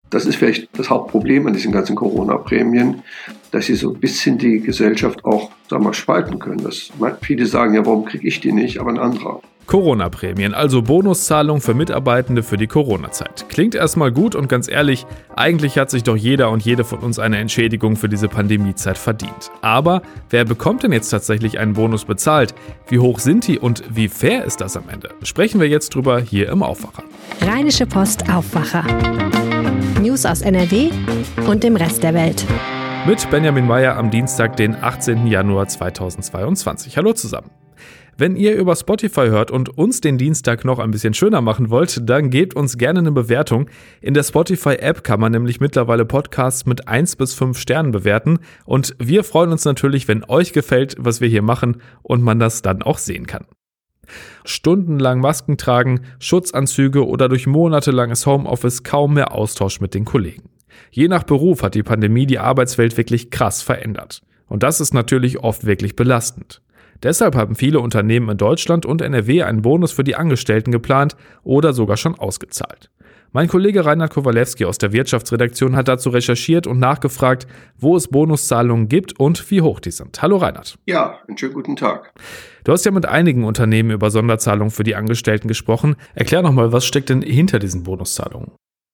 Das ist vielleicht das Hauptproblem an diesen ganzen Corona-Prämien, dass sie so ein bisschen die Gesellschaft auch, spalten können. Viele sagen, ja, warum kriege ich die nicht, aber ein anderer. Corona-Prämien, also Bonuszahlungen für Mitarbeitende für die Corona-Zeit. Klingt erstmal gut und ganz ehrlich, eigentlich hat sich doch jeder und jede von uns eine Entschädigung für diese Pandemiezeit verdient. Aber wer bekommt denn jetzt tatsächlich einen Bonus bezahlt? Wie hoch sind die und wie fair ist das am Ende? Sprechen wir jetzt drüber hier im Aufwacher. Rheinische Post Aufwacher. News aus NRW und dem Rest der Welt. Mit Benjamin Meyer am Dienstag, den 18. Januar 2022. Hallo zusammen. Wenn ihr über Spotify hört und uns den Dienstag noch ein bisschen schöner machen wollt, dann gebt uns gerne eine Bewertung. In der Spotify-App kann man nämlich mittlerweile Podcasts mit 1 bis 5 Sternen bewerten. Und wir freuen uns natürlich, wenn euch gefällt, was wir hier machen und man das dann auch sehen kann. Stundenlang Masken tragen, Schutzanzüge oder durch monatelanges Homeoffice kaum mehr Austausch mit den Kollegen. Je nach Beruf hat die Pandemie die Arbeitswelt wirklich krass verändert. Und das ist natürlich oft wirklich belastend. Deshalb haben viele Unternehmen in Deutschland und NRW einen Bonus für die Angestellten geplant oder sogar schon ausgezahlt. Mein Kollege Reinhard Kowalewski aus der Wirtschaftsredaktion hat dazu recherchiert und nachgefragt, wo es Bonuszahlungen gibt und wie hoch die sind. Hallo Reinhard. Ja, einen schönen guten Tag. Du hast ja mit einigen Unternehmen über Sonderzahlungen für die Angestellten gesprochen. Erklär noch mal, was steckt denn hinter diesen Bonuszahlungen?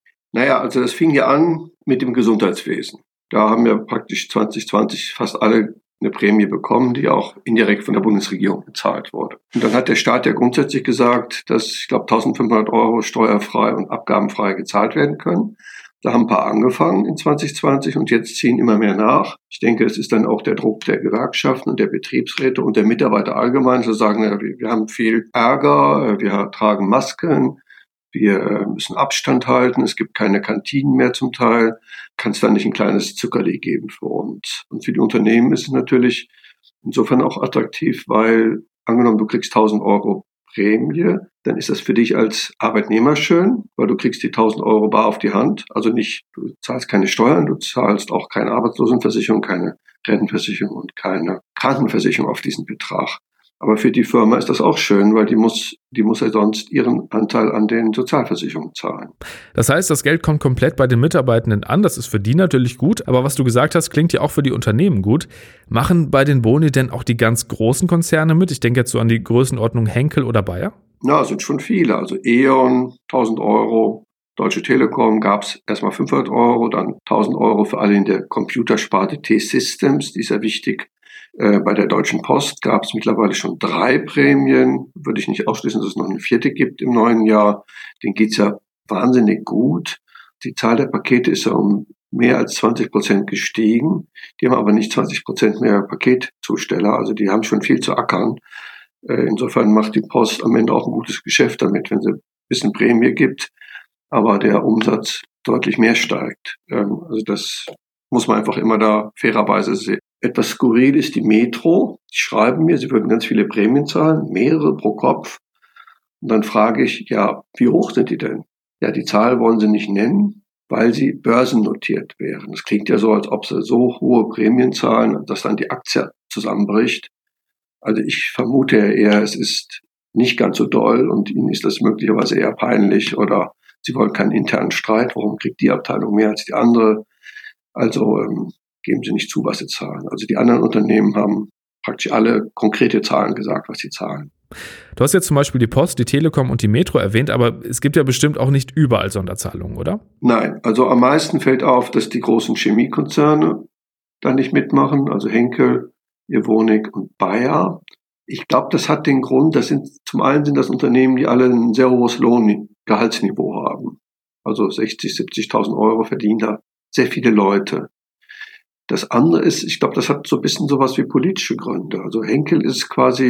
Also das fing ja an mit dem Gesundheitswesen. Da haben ja praktisch 2020 fast alle eine Prämie bekommen, die auch indirekt von der Bundesregierung bezahlt wurde. Und dann hat der Staat ja grundsätzlich gesagt, dass, ich glaube, 1.500 € steuerfrei und abgabenfrei gezahlt werden können. Da haben ein paar angefangen in 2020 und jetzt ziehen immer mehr nach. Ich denke, es ist dann auch der Druck der Gewerkschaften und der Betriebsräte und der Mitarbeiter allgemein, zu sagen, wir haben viel Ärger, wir tragen Masken, wir müssen Abstand halten, es gibt keine Kantinen mehr zum Teil. Kann es da nicht ein kleines Zuckerli geben für uns? Und für die Unternehmen ist es natürlich insofern auch attraktiv, weil angenommen, du kriegst 1.000 € Prämie, dann ist das für dich als Arbeitnehmer schön, weil du kriegst die 1.000 € bar auf die Hand. Also nicht, du zahlst keine Steuern, du zahlst auch keine Arbeitslosenversicherung, keine Rentenversicherung und keine Krankenversicherung auf diesen Betrag. Aber für die Firma ist das auch schön, weil die muss ja sonst ihren Anteil an den Sozialversicherungen zahlen. Das heißt, das Geld kommt komplett bei den Mitarbeitenden an. Das ist für die natürlich gut. Aber was du gesagt hast, klingt ja auch für die Unternehmen gut. Machen bei den Boni denn auch die ganz großen Konzerne mit? Ich denke jetzt so an die Größenordnung Henkel oder Bayer. Na, es sind schon viele. Also E.ON, 1.000 €. Deutsche Telekom gab es erstmal 500 €, dann 1.000 € für alle in der Computersparte T-Systems, die ist ja wichtig. Bei der Deutschen Post gab es mittlerweile schon 3 Prämien. Würde ich nicht ausschließen, dass es noch eine 4. gibt im neuen Jahr. Denen geht's ja wahnsinnig gut. Die Zahl der Pakete ist ja um mehr als 20% gestiegen. Die haben aber nicht 20% mehr Paketzusteller. Also die haben schon viel zu ackern. Insofern macht die Post am Ende auch ein gutes Geschäft damit, wenn sie ein bisschen Prämie gibt, aber der Umsatz deutlich mehr steigt. Also das muss man einfach immer da fairerweise sehen. Etwas skurril ist die Metro. Die schreiben mir, sie würden ganz viele Prämien zahlen, mehrere pro Kopf. Und dann frage ich, ja, wie hoch sind die denn? Ja, die Zahl wollen sie nicht nennen, weil sie börsennotiert wären. Das klingt ja so, als ob sie so hohe Prämien zahlen, dass dann die Aktie zusammenbricht. Also ich vermute ja eher, es ist nicht ganz so doll und ihnen ist das möglicherweise eher peinlich oder sie wollen keinen internen Streit. Warum kriegt die Abteilung mehr als die andere? Also geben sie nicht zu, was sie zahlen. Also die anderen Unternehmen haben praktisch alle konkrete Zahlen gesagt, was sie zahlen. Du hast jetzt zum Beispiel die Post, die Telekom und die Metro erwähnt, aber es gibt ja bestimmt auch nicht überall Sonderzahlungen, oder? Nein, also am meisten fällt auf, dass die großen Chemiekonzerne da nicht mitmachen, also Henkel, Evonik und Bayer. Ich glaube, das hat den Grund, zum einen sind das Unternehmen, die alle ein sehr hohes Gehaltsniveau haben. Also 60.000, 70.000 € verdienen da sehr viele Leute. Das andere ist, ich glaube, das hat so ein bisschen sowas wie politische Gründe. Also Henkel ist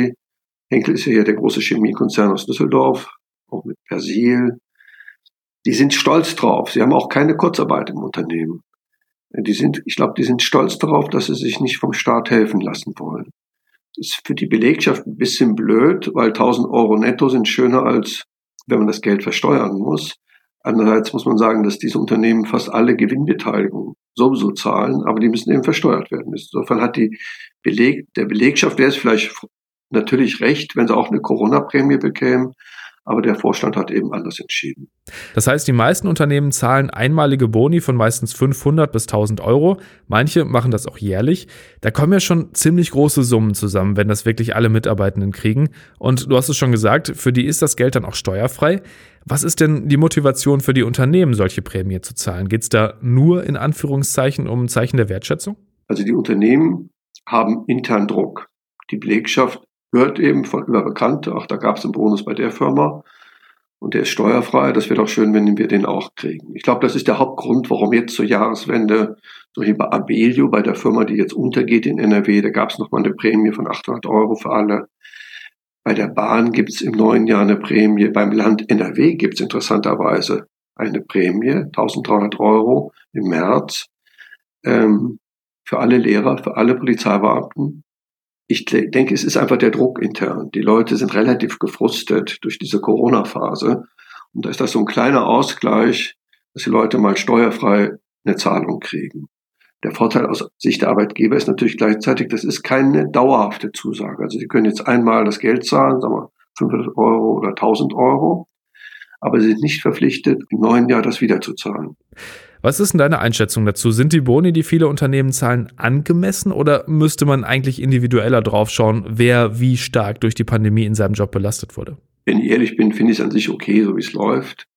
ja hier der große Chemiekonzern aus Düsseldorf, auch mit Persil. Die sind stolz drauf. Sie haben auch keine Kurzarbeit im Unternehmen. Ich glaube, die sind stolz darauf, dass sie sich nicht vom Staat helfen lassen wollen. Das ist für die Belegschaft ein bisschen blöd, weil 1.000 € netto sind schöner, als wenn man das Geld versteuern muss. Andererseits muss man sagen, dass diese Unternehmen fast alle Gewinnbeteiligung sowieso zahlen, aber die müssen eben versteuert werden. Insofern hat der Belegschaft wäre es vielleicht natürlich recht, wenn sie auch eine Corona-Prämie bekämen, aber der Vorstand hat eben anders entschieden. Das heißt, die meisten Unternehmen zahlen einmalige Boni von meistens 500 bis 1000 Euro. Manche machen das auch jährlich. Da kommen ja schon ziemlich große Summen zusammen, wenn das wirklich alle Mitarbeitenden kriegen. Und du hast es schon gesagt, für die ist das Geld dann auch steuerfrei. Was ist denn die Motivation für die Unternehmen, solche Prämie zu zahlen? Geht es da nur in Anführungszeichen um ein Zeichen der Wertschätzung? Also die Unternehmen haben intern Druck. Die Belegschaft hört eben über Bekannte, ach, da gab es einen Bonus bei der Firma und der ist steuerfrei, das wäre doch schön, wenn wir den auch kriegen. Ich glaube, das ist der Hauptgrund, warum jetzt zur Jahreswende, so wie bei Abellio, bei der Firma, die jetzt untergeht in NRW, da gab es nochmal eine Prämie von 800 Euro für alle. Bei der Bahn gibt es im neuen Jahr eine Prämie, beim Land NRW gibt es interessanterweise eine Prämie, 1300 Euro im März, für alle Lehrer, für alle Polizeibeamten. Ich denke, es ist einfach der Druck intern. Die Leute sind relativ gefrustet durch diese Corona-Phase. Und da ist das so ein kleiner Ausgleich, dass die Leute mal steuerfrei eine Zahlung kriegen. Der Vorteil aus Sicht der Arbeitgeber ist natürlich gleichzeitig, das ist keine dauerhafte Zusage. Also sie können jetzt einmal das Geld zahlen, sagen wir 500 Euro oder 1000 Euro, aber sie sind nicht verpflichtet, im neuen Jahr das wieder zu zahlen. Was ist denn deine Einschätzung dazu? Sind die Boni, die viele Unternehmen zahlen, angemessen oder müsste man eigentlich individueller drauf schauen, wer wie stark durch die Pandemie in seinem Job belastet wurde? Wenn ich ehrlich bin, finde ich es an sich okay, so wie es läuft.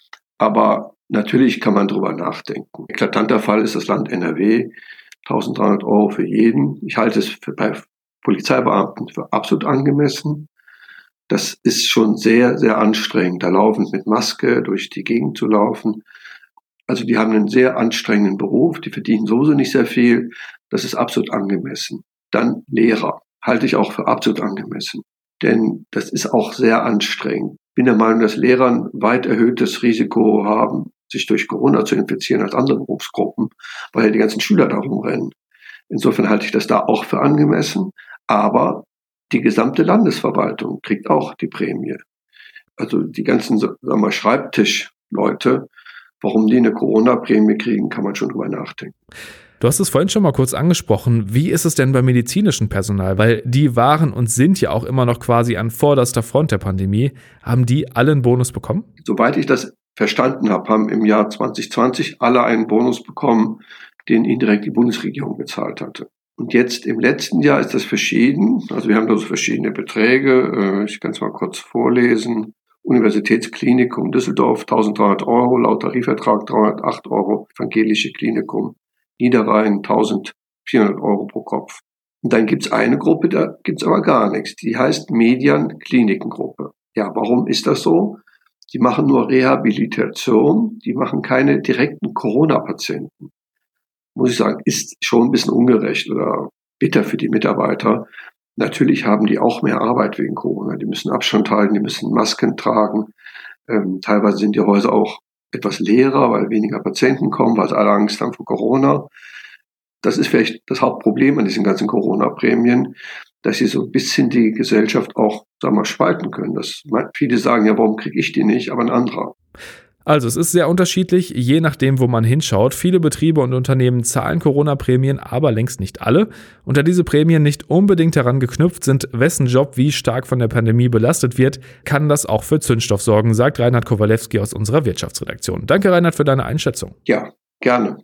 Aber natürlich kann man drüber nachdenken. Eklatanter Fall ist das Land NRW, 1300 Euro für jeden. Ich halte es bei Polizeibeamten für absolut angemessen. Das ist schon sehr, sehr anstrengend, da laufend mit Maske durch die Gegend zu laufen. Also die haben einen sehr anstrengenden Beruf, die verdienen sowieso nicht sehr viel. Das ist absolut angemessen. Dann Lehrer halte ich auch für absolut angemessen. Denn das ist auch sehr anstrengend. Ich bin der Meinung, dass Lehrer ein weit erhöhtes Risiko haben, sich durch Corona zu infizieren als andere Berufsgruppen, weil ja die ganzen Schüler da rumrennen. Insofern halte ich das da auch für angemessen. Aber die gesamte Landesverwaltung kriegt auch die Prämie. Also die ganzen, sagen wir mal, Schreibtischleute, warum die eine Corona-Prämie kriegen, kann man schon drüber nachdenken. Du hast es vorhin schon mal kurz angesprochen. Wie ist es denn beim medizinischen Personal? Weil die waren und sind ja auch immer noch quasi an vorderster Front der Pandemie. Haben die alle einen Bonus bekommen? Soweit ich das verstanden habe, haben im Jahr 2020 alle einen Bonus bekommen, den ihnen direkt die Bundesregierung bezahlt hatte. Und jetzt im letzten Jahr ist das verschieden. Also wir haben da so verschiedene Beträge. Ich kann es mal kurz vorlesen. Universitätsklinikum Düsseldorf 1.300 Euro, laut Tarifvertrag 308 Euro, Evangelische Klinikum Niederrhein 1.400 Euro pro Kopf. Und dann gibt's eine Gruppe, da gibt's aber gar nichts. Die heißt Median Klinikengruppe. Ja, warum ist das so? Die machen nur Rehabilitation, die machen keine direkten Corona-Patienten. Muss ich sagen, ist schon ein bisschen ungerecht oder bitter für die Mitarbeiter. Natürlich haben die auch mehr Arbeit wegen Corona. Die müssen Abstand halten, die müssen Masken tragen. Teilweise sind die Häuser auch etwas leerer, weil weniger Patienten kommen, weil sie alle Angst haben vor Corona. Das ist vielleicht das Hauptproblem an diesen ganzen Corona-Prämien, dass sie so ein bisschen die Gesellschaft auch, sagen wir mal, spalten können. Viele sagen ja, warum kriege ich die nicht, aber ein anderer. Also es ist sehr unterschiedlich, je nachdem, wo man hinschaut. Viele Betriebe und Unternehmen zahlen Corona-Prämien, aber längst nicht alle. Und da diese Prämien nicht unbedingt daran geknüpft sind, wessen Job wie stark von der Pandemie belastet wird, kann das auch für Zündstoff sorgen, sagt Reinhard Kowalewski aus unserer Wirtschaftsredaktion. Danke, Reinhard, für deine Einschätzung. Ja, gerne.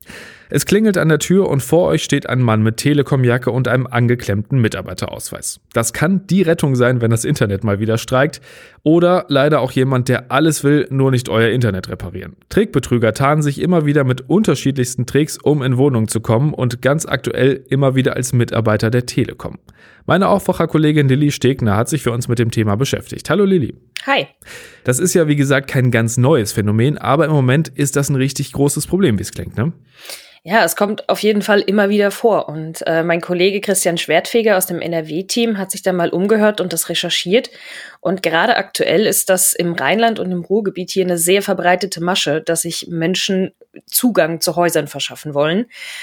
Es klingelt an der Tür und vor euch steht ein Mann mit Telekom-Jacke und einem angeklemmten Mitarbeiterausweis. Das kann die Rettung sein, wenn das Internet mal wieder streikt. Oder leider auch jemand, der alles will, nur nicht euer Internet reparieren. Trickbetrüger tarnen sich immer wieder mit unterschiedlichsten Tricks, um in Wohnungen zu kommen und ganz aktuell immer wieder als Mitarbeiter der Telekom. Meine Aufwacherkollegin Lilly Stegner hat sich für uns mit dem Thema beschäftigt. Hallo Lilly. Hi. Das ist ja wie gesagt kein ganz neues Phänomen, aber im Moment ist das ein richtig großes Problem, wie es klingt, ne? Ja, es kommt auf jeden Fall immer wieder vor. Und mein Kollege Christian Schwertfeger aus dem NRW-Team hat sich da mal umgehört und das recherchiert. Und gerade aktuell ist das im Rheinland und im Ruhrgebiet hier eine sehr verbreitete Masche, dass sich Menschen Zugang zu Häusern verschaffen wollen.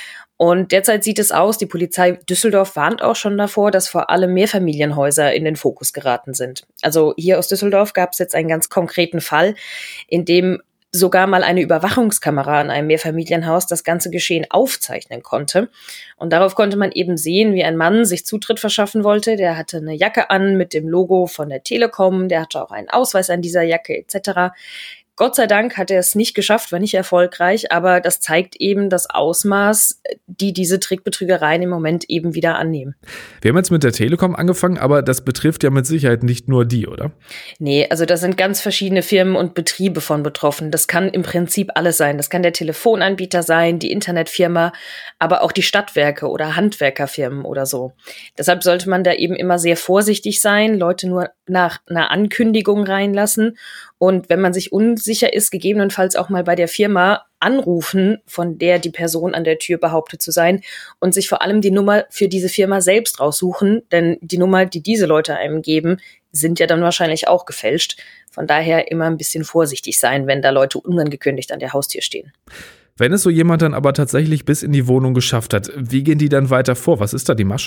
Und derzeit sieht es aus, die Polizei Düsseldorf warnt auch schon davor, dass vor allem Mehrfamilienhäuser in den Fokus geraten sind. Also hier aus Düsseldorf gab es jetzt einen ganz konkreten Fall, in dem sogar mal eine Überwachungskamera in einem Mehrfamilienhaus das ganze Geschehen aufzeichnen konnte. Und darauf konnte man eben sehen, wie ein Mann sich Zutritt verschaffen wollte. Der hatte eine Jacke an mit dem Logo von der Telekom, der hatte auch einen Ausweis an dieser Jacke etc. Gott sei Dank hat er es nicht geschafft, war nicht erfolgreich, aber das zeigt eben das Ausmaß, die diese Trickbetrügereien im Moment eben wieder annehmen. Wir haben jetzt mit der Telekom angefangen, aber das betrifft ja mit Sicherheit nicht nur die, oder? Nee, also da sind ganz verschiedene Firmen und Betriebe von betroffen. Das kann im Prinzip alles sein. Das kann der Telefonanbieter sein, die Internetfirma, aber auch die Stadtwerke oder Handwerkerfirmen oder so. Deshalb sollte man da eben immer sehr vorsichtig sein, Leute nur nach einer Ankündigung reinlassen. Und wenn man sich unsicher ist, gegebenenfalls auch mal bei der Firma anrufen, von der die Person an der Tür behauptet zu sein, und sich vor allem die Nummer für diese Firma selbst raussuchen, denn die Nummer, die diese Leute einem geben, sind ja dann wahrscheinlich auch gefälscht. Von daher immer ein bisschen vorsichtig sein, wenn da Leute unangekündigt an der Haustür stehen. Wenn es so jemand dann aber tatsächlich bis in die Wohnung geschafft hat, wie gehen die dann weiter vor? Was ist da die Masche?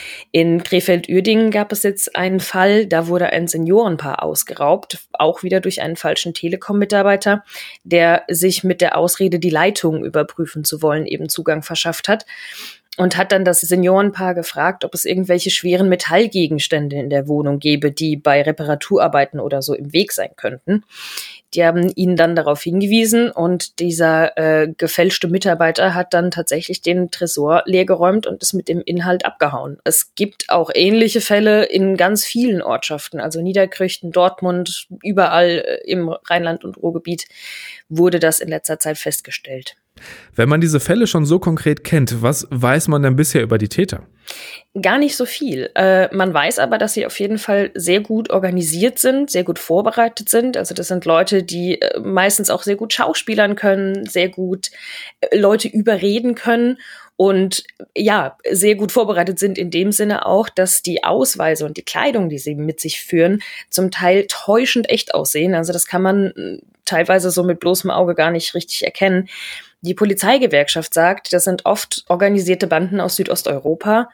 In Krefeld-Uerdingen gab es jetzt einen Fall, da wurde ein Seniorenpaar ausgeraubt, auch wieder durch einen falschen Telekom-Mitarbeiter, der sich mit der Ausrede, die Leitung überprüfen zu wollen, eben Zugang verschafft hat. Und hat dann das Seniorenpaar gefragt, ob es irgendwelche schweren Metallgegenstände in der Wohnung gäbe, die bei Reparaturarbeiten oder so im Weg sein könnten. Die haben ihn dann darauf hingewiesen und dieser gefälschte Mitarbeiter hat dann tatsächlich den Tresor leergeräumt und ist mit dem Inhalt abgehauen. Es gibt auch ähnliche Fälle in ganz vielen Ortschaften, also Niederkrüchten, Dortmund, überall im Rheinland- und Ruhrgebiet wurde das in letzter Zeit festgestellt. Wenn man diese Fälle schon so konkret kennt, was weiß man denn bisher über die Täter? Gar nicht so viel. Man weiß aber, dass sie auf jeden Fall sehr gut organisiert sind, sehr gut vorbereitet sind. Also das sind Leute, die meistens auch sehr gut schauspielern können, sehr gut Leute überreden können und ja, sehr gut vorbereitet sind in dem Sinne auch, dass die Ausweise und die Kleidung, die sie mit sich führen, zum Teil täuschend echt aussehen. Also das kann man teilweise so mit bloßem Auge gar nicht richtig erkennen. Die Polizeigewerkschaft sagt, das sind oft organisierte Banden aus Südosteuropa,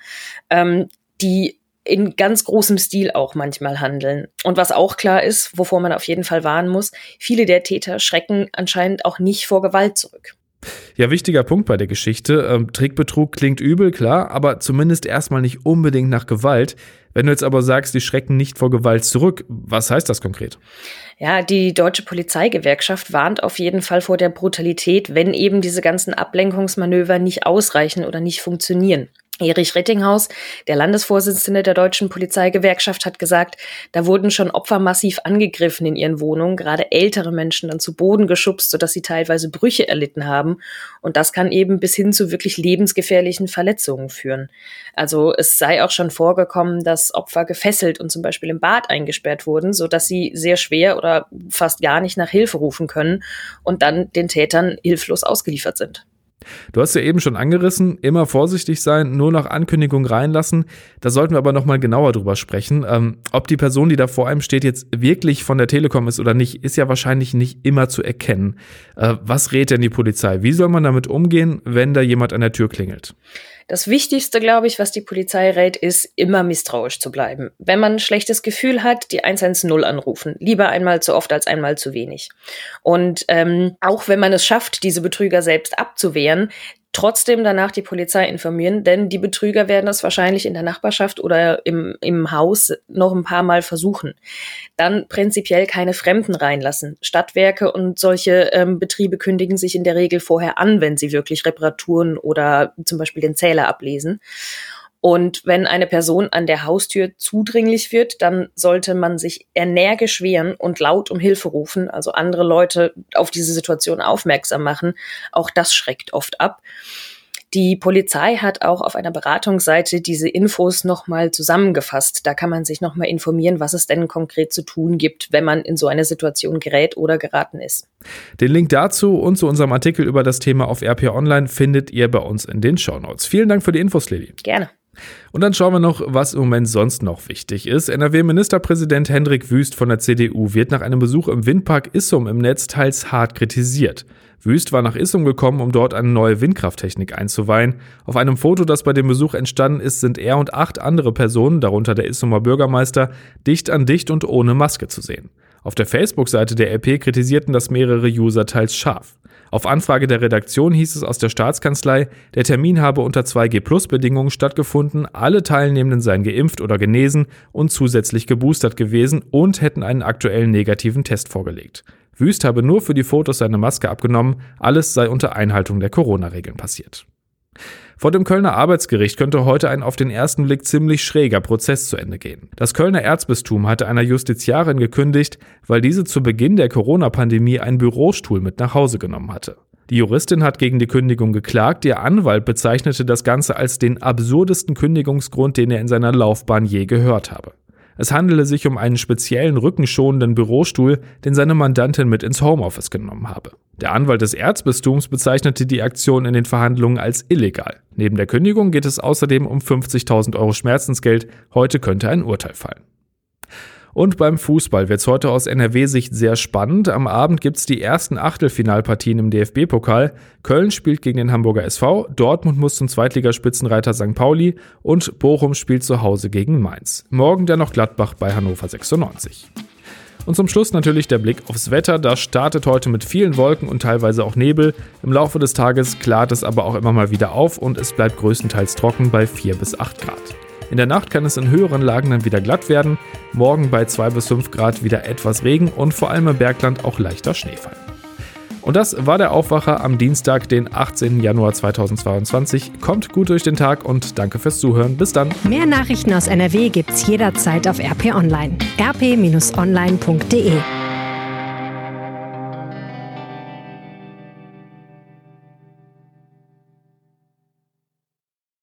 die in ganz großem Stil auch manchmal handeln. Und was auch klar ist, wovor man auf jeden Fall warnen muss, viele der Täter schrecken anscheinend auch nicht vor Gewalt zurück. Ja, wichtiger Punkt bei der Geschichte. Trickbetrug klingt übel, klar, aber zumindest erstmal nicht unbedingt nach Gewalt. Wenn du jetzt aber sagst, die schrecken nicht vor Gewalt zurück, was heißt das konkret? Ja, die Deutsche Polizeigewerkschaft warnt auf jeden Fall vor der Brutalität, wenn eben diese ganzen Ablenkungsmanöver nicht ausreichen oder nicht funktionieren. Erich Rettinghaus, der Landesvorsitzende der Deutschen Polizeigewerkschaft, hat gesagt, da wurden schon Opfer massiv angegriffen in ihren Wohnungen, gerade ältere Menschen dann zu Boden geschubst, sodass sie teilweise Brüche erlitten haben. Und das kann eben bis hin zu wirklich lebensgefährlichen Verletzungen führen. Also es sei auch schon vorgekommen, dass Opfer gefesselt und zum Beispiel im Bad eingesperrt wurden, sodass sie sehr schwer oder fast gar nicht nach Hilfe rufen können und dann den Tätern hilflos ausgeliefert sind. Du hast ja eben schon angerissen, immer vorsichtig sein, nur nach Ankündigung reinlassen. Da sollten wir aber nochmal genauer drüber sprechen. Ob die Person, die da vor einem steht, jetzt wirklich von der Telekom ist oder nicht, ist ja wahrscheinlich nicht immer zu erkennen. Was rät denn die Polizei? Wie soll man damit umgehen, wenn da jemand an der Tür klingelt? Das Wichtigste, glaube ich, was die Polizei rät, ist, immer misstrauisch zu bleiben. Wenn man ein schlechtes Gefühl hat, die 110 anrufen. Lieber einmal zu oft als einmal zu wenig. Und auch wenn man es schafft, diese Betrüger selbst abzuwehren, trotzdem danach die Polizei informieren, denn die Betrüger werden das wahrscheinlich in der Nachbarschaft oder im Haus noch ein paar Mal versuchen. Dann prinzipiell keine Fremden reinlassen. Stadtwerke und solche Betriebe kündigen sich in der Regel vorher an, wenn sie wirklich Reparaturen oder zum Beispiel den Zähler ablesen. Und wenn eine Person an der Haustür zudringlich wird, dann sollte man sich energisch wehren und laut um Hilfe rufen, also andere Leute auf diese Situation aufmerksam machen. Auch das schreckt oft ab. Die Polizei hat auch auf einer Beratungsseite diese Infos nochmal zusammengefasst. Da kann man sich nochmal informieren, was es denn konkret zu tun gibt, wenn man in so eine Situation gerät oder geraten ist. Den Link dazu und zu unserem Artikel über das Thema auf RP Online findet ihr bei uns in den Shownotes. Vielen Dank für die Infos, Lilly. Gerne. Und dann schauen wir noch, was im Moment sonst noch wichtig ist. NRW-Ministerpräsident Hendrik Wüst von der CDU wird nach einem Besuch im Windpark Issum im Netz teils hart kritisiert. Wüst war nach Issum gekommen, um dort eine neue Windkrafttechnik einzuweihen. Auf einem Foto, das bei dem Besuch entstanden ist, sind er und 8 andere Personen, darunter der Issumer Bürgermeister, dicht an dicht und ohne Maske zu sehen. Auf der Facebook-Seite der RP kritisierten das mehrere User teils scharf. Auf Anfrage der Redaktion hieß es aus der Staatskanzlei, der Termin habe unter 2G+-Bedingungen stattgefunden, alle Teilnehmenden seien geimpft oder genesen und zusätzlich geboostert gewesen und hätten einen aktuellen negativen Test vorgelegt. Wüst habe nur für die Fotos seine Maske abgenommen, alles sei unter Einhaltung der Corona-Regeln passiert. Vor dem Kölner Arbeitsgericht könnte heute ein auf den ersten Blick ziemlich schräger Prozess zu Ende gehen. Das Kölner Erzbistum hatte einer Justiziarin gekündigt, weil diese zu Beginn der Corona-Pandemie einen Bürostuhl mit nach Hause genommen hatte. Die Juristin hat gegen die Kündigung geklagt, ihr Anwalt bezeichnete das Ganze als den absurdesten Kündigungsgrund, den er in seiner Laufbahn je gehört habe. Es handele sich um einen speziellen rückenschonenden Bürostuhl, den seine Mandantin mit ins Homeoffice genommen habe. Der Anwalt des Erzbistums bezeichnete die Aktion in den Verhandlungen als illegal. Neben der Kündigung geht es außerdem um 50.000 Euro Schmerzensgeld. Heute könnte ein Urteil fallen. Und beim Fußball wird es heute aus NRW-Sicht sehr spannend. Am Abend gibt es die ersten Achtelfinalpartien im DFB-Pokal. Köln spielt gegen den Hamburger SV, Dortmund muss zum Zweitligaspitzenreiter St. Pauli und Bochum spielt zu Hause gegen Mainz. Morgen dann noch Gladbach bei Hannover 96. Und zum Schluss natürlich der Blick aufs Wetter. Das startet heute mit vielen Wolken und teilweise auch Nebel. Im Laufe des Tages klart es aber auch immer mal wieder auf und es bleibt größtenteils trocken bei 4 bis 8 Grad. In der Nacht kann es in höheren Lagen dann wieder glatt werden. Morgen bei 2 bis 5 Grad wieder etwas Regen und vor allem im Bergland auch leichter Schneefall. Und das war der Aufwacher am Dienstag, den 18. Januar 2022. Kommt gut durch den Tag und danke fürs Zuhören. Bis dann. Mehr Nachrichten aus NRW gibt's jederzeit auf RP Online. rp-online.de